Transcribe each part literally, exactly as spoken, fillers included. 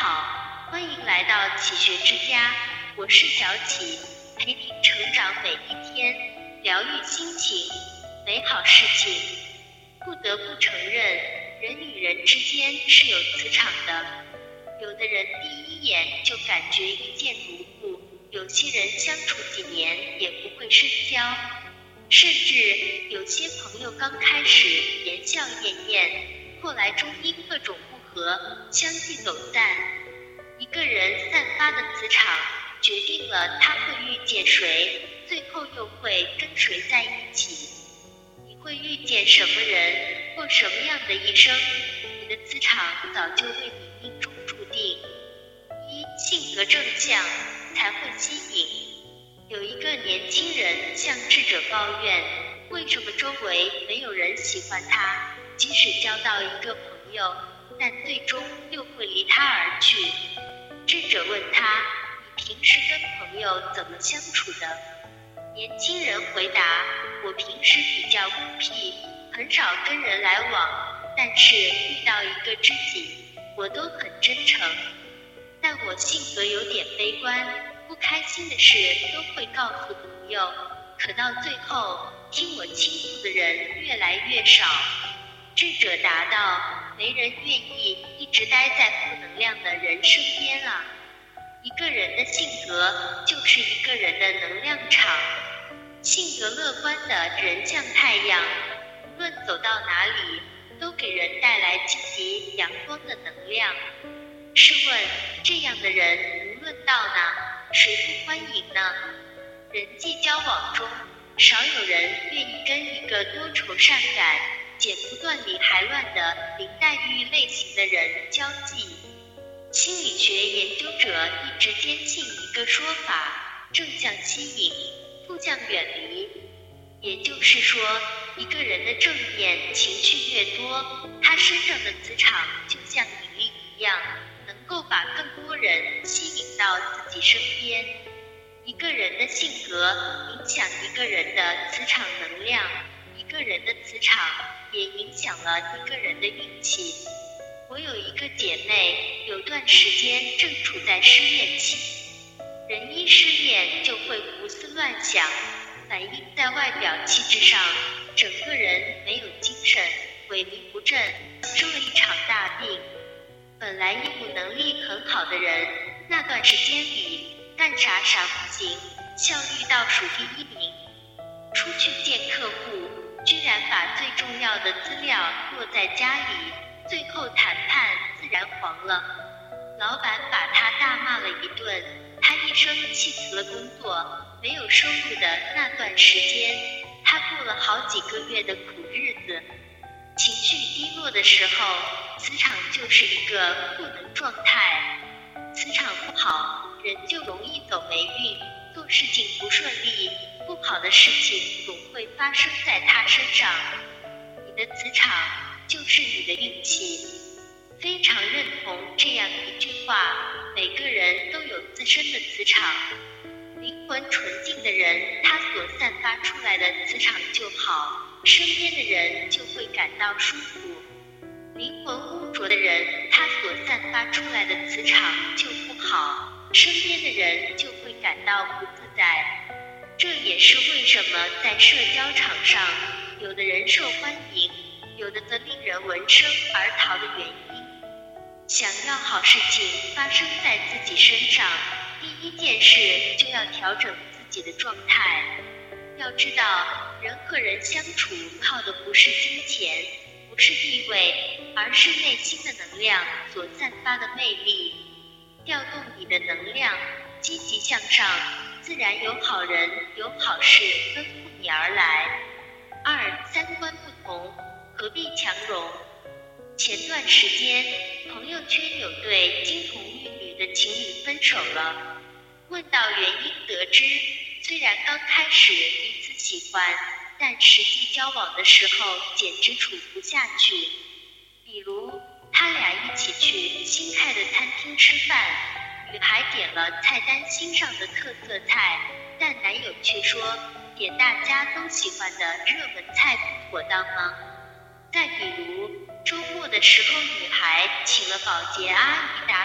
好，欢迎来到启学之家，我是小启，陪您成长每一天，疗愈心情，美好事情。不得不承认，人与人之间是有磁场的，有的人第一眼就感觉一见如故，有些人相处几年也不会深交，甚至有些朋友刚开始言笑晏晏，后来终因各种不合相继走散。一个人散发的磁场决定了他会遇见谁，最后又会跟谁在一起。你会遇见什么人，过什么样的一生，你的磁场早就为你命中注定。一、性格正向才会吸引。有一个年轻人向智者抱怨，为什么周围没有人喜欢他，即使交到一个朋友，但最终又会离他而去。智者问他，你平时跟朋友怎么相处的？年轻人回答，我平时比较孤僻，很少跟人来往，但是遇到一个知己，我都很真诚。但我性格有点悲观，不开心的事都会告诉朋友，可到最后，听我倾诉的人越来越少。智者答道，没人愿意一直待在负能量的人身边啊。一个人的性格就是一个人的能量场，性格乐观的人像太阳，无论走到哪里，都给人带来积极阳光的能量。试问，这样的人无论到哪，谁不欢迎呢？人际交往中，少有人愿意跟一个多愁善感、剪不断理还乱的林黛玉类型的人交际。心理学研究者一直坚信一个说法，正向吸引，负向远离。也就是说，一个人的正面情绪越多，他身上的磁场就像引力一样，能够把更多人吸引到自己身边。一个人的性格影响一个人的磁场能量，一个人的磁场也影响了一个人的运气。我有一个姐妹，有段时间正处在失恋期。人一失恋就会胡思乱想，反映在外表气质上，整个人没有精神，萎靡不振，生了一场大病。本来业务能力很好的人，那段时间里干啥啥不行，效率倒数第一名。出去见客户，居然把最重要的资料落在家里，最后谈判自然黄了。老板把他大骂了一顿，他一生气辞了工作。没有收入的那段时间，他过了好几个月的苦日子。情绪低落的时候，磁场就是一个不能状态。磁场不好，人就容易走霉运，做事情不顺利，不好的事情总会发生在他身上。你的磁场就是你的运气。非常认同这样一句话，每个人都有自身的磁场。灵魂纯净的人，他所散发出来的磁场就好，身边的人就会感到舒服。灵魂污浊的人，他所散发出来的磁场就不好，身边的人就会感到不自在。这也是为什么在社交场上，有的人受欢迎，有的则令人闻声而逃的原因。想要好事情发生在自己身上，第一件事就要调整自己的状态。要知道，人和人相处靠的不是金钱，不是地位，而是内心的能量所散发的魅力。调动你的能量，积极向上，自然有好人有好事奔赴你而来。二、三观不同，何必强融？前段时间，朋友圈有对金童玉女的情侣分手了。问到原因得知，虽然刚开始彼此喜欢，但实际交往的时候简直处不下去。比如，他俩一起去新开的餐厅吃饭，女孩点了菜单心上的特色菜，但男友却说，点大家都喜欢的热门菜不妥当吗？再比如，周末的时候，女孩请了保洁阿姨打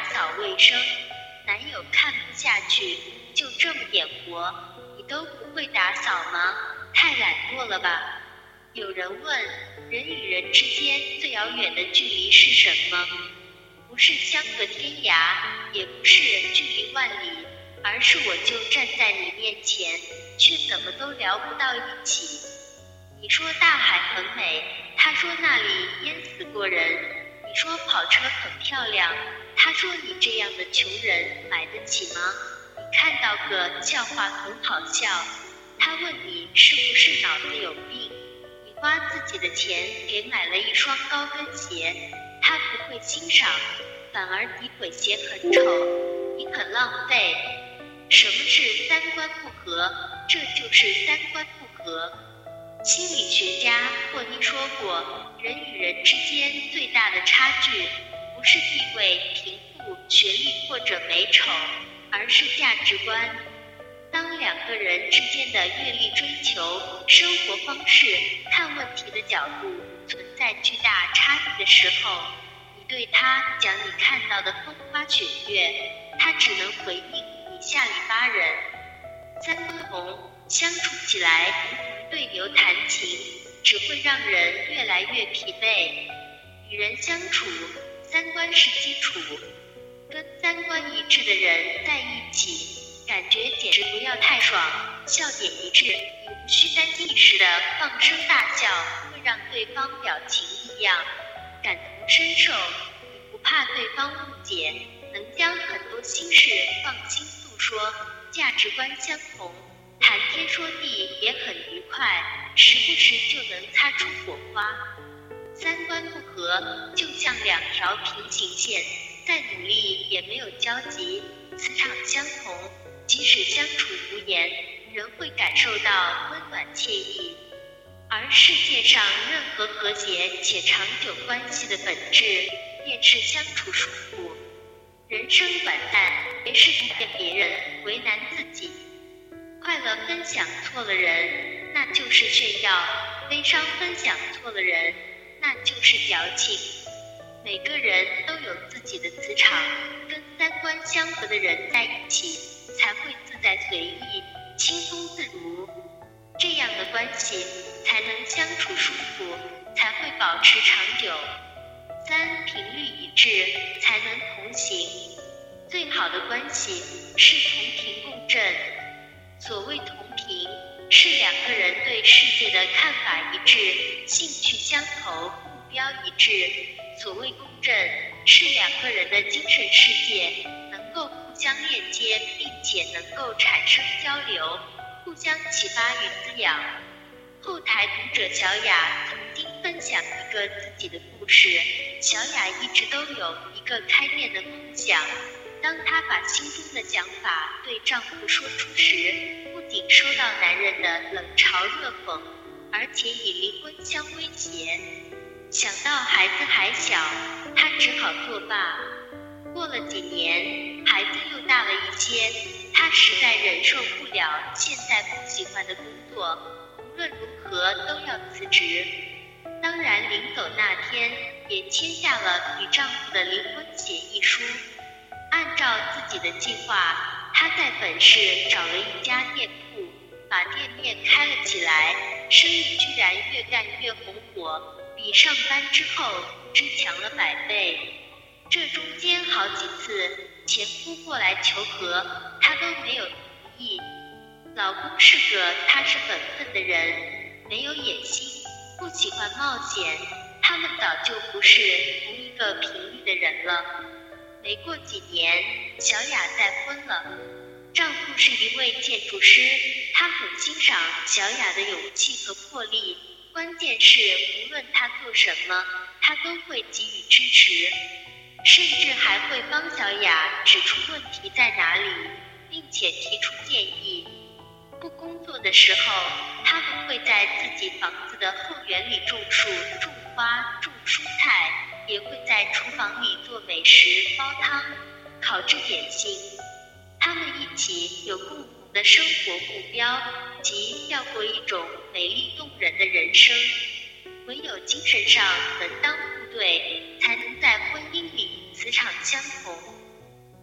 扫卫生，男友看不下去，就这么点活，你都不会打扫吗？太懒惰了吧？有人问，人与人之间最遥远的距离是什么？不是相隔天涯，也不是距离万里，而是我就站在你面前，却怎么都聊不到一起。你说大海很美，他说那里淹死过人；你说跑车很漂亮，他说你这样的穷人买得起吗？你看到个笑话很好笑，他问你是不是脑子有病？你花自己的钱给买了一双高跟鞋，他不会欣赏，反而诋毁鞋很丑，你很浪费。什么是三观不合？这就是三观不合。心理学家霍尼说过，人与人之间最大的差距，不是地位、贫富、学历或者美丑，而是价值观。当两个人之间的阅历追求、生活方式、看问题的角度存在巨大差异的时候，你对他讲你看到的风花雪月，他只能回应你下里巴人。三观不同，相处起来如对牛弹琴，只会让人越来越疲惫。与人相处，三观是基础，跟三观一致的人在一起，感觉简直不要太爽，笑点一致，你无需担心一时的放声大笑会让对方表情异样，感同身受，你不怕对方误解，能将很多心事放心诉说，价值观相同，谈天说地也很愉快，时不时就能擦出火花。三观不合，就像两条平行线，再努力也没有交集，磁场相同，即使相处无言，仍会感受到温暖惬意。而世界上任何和谐且长久关系的本质，便是相处舒服。人生短暂，别是骗别人，为难自己。快乐分享错了人，那就是炫耀；悲伤分享错了人，那就是矫情。每个人都有自己的磁场，跟三观相合的人在一起，才会自在随意、轻松自如。这样的关系才能相处舒服，才会保持长久。三，频率一致，才能同行。最好的关系是同频共振。所谓同频，是两个人对世界的看法一致，兴趣相投，目标一致。所谓共振，是两个人的精神世界能够互相链接，并且能够产生交流，互相启发与滋养。后台读者小雅曾经分享一个自己的故事，小雅一直都有一个开店的梦想，当她把心中的想法对丈夫说出时，不仅收到男人的冷嘲热讽，而且以离婚相威胁。想到孩子还小，她只好作罢。过了几年，孩子又大了一些，她实在忍受不了现在不喜欢的工作，无论如何都要辞职。当然临走那天，也签下了与丈夫的离婚协议书。按照自己的计划，她在本市找了一家店铺，把店面开了起来，生意居然越干越红火，比上班之后只强了百倍。这中间好几次前夫过来求和，她都没有同意。老公是个踏实本分的人，没有野心，不喜欢冒险，他们早就不是同一个频率的人了。没过几年，小雅再婚了，丈夫是一位建筑师，他很欣赏小雅的勇气和魄力，关键是无论她做什么，他都会给予支持，甚至还会帮小雅指出问题在哪里，并且提出建议。不工作的时候，他们会在自己房子的后园里种树、种花、种蔬菜，也会在厨房里做美食、煲汤、烤制点心。他们一起有共同的生活目标，即要过一种美丽动人的人生。唯有精神上门当户对，才能在婚姻里磁场相同。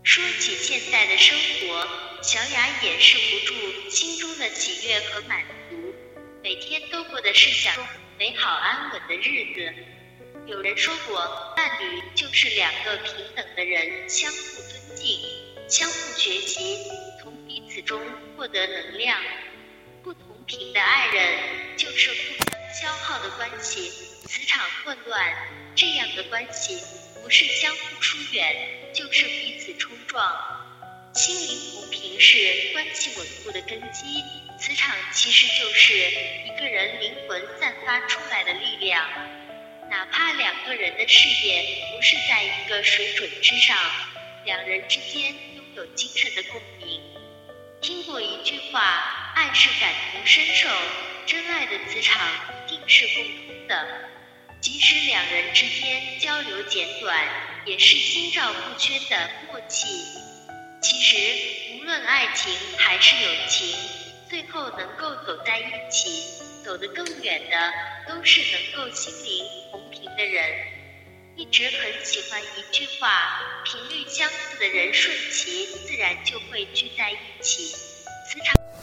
说起现在的生活，小雅掩饰不住心中的喜悦和满足，每天都过的是想中美好安稳的日子。有人说过，伴侣就是两个平等的人，相互尊敬，相互学习，从彼此中获得能量。不同频的爱人就是互相消耗的关系，磁场混乱，这样的关系不是相互疏远，就是彼此冲撞。心灵同频是关系稳固的根基，磁场其实就是一个人灵魂散发出来的力量。哪怕两个人的事业不是在一个水准之上，两人之间拥有精神的共鸣。听过一句话，爱是感同身受，真爱的磁场一定是共通的。即使两人之间交流简短，也是心照不宣的默契。其实无论爱情还是友情，最后能够走在一起，走得更远的都是能够心灵同频的人。一直很喜欢一句话，频率相似的人顺其自然就会聚在一起，磁场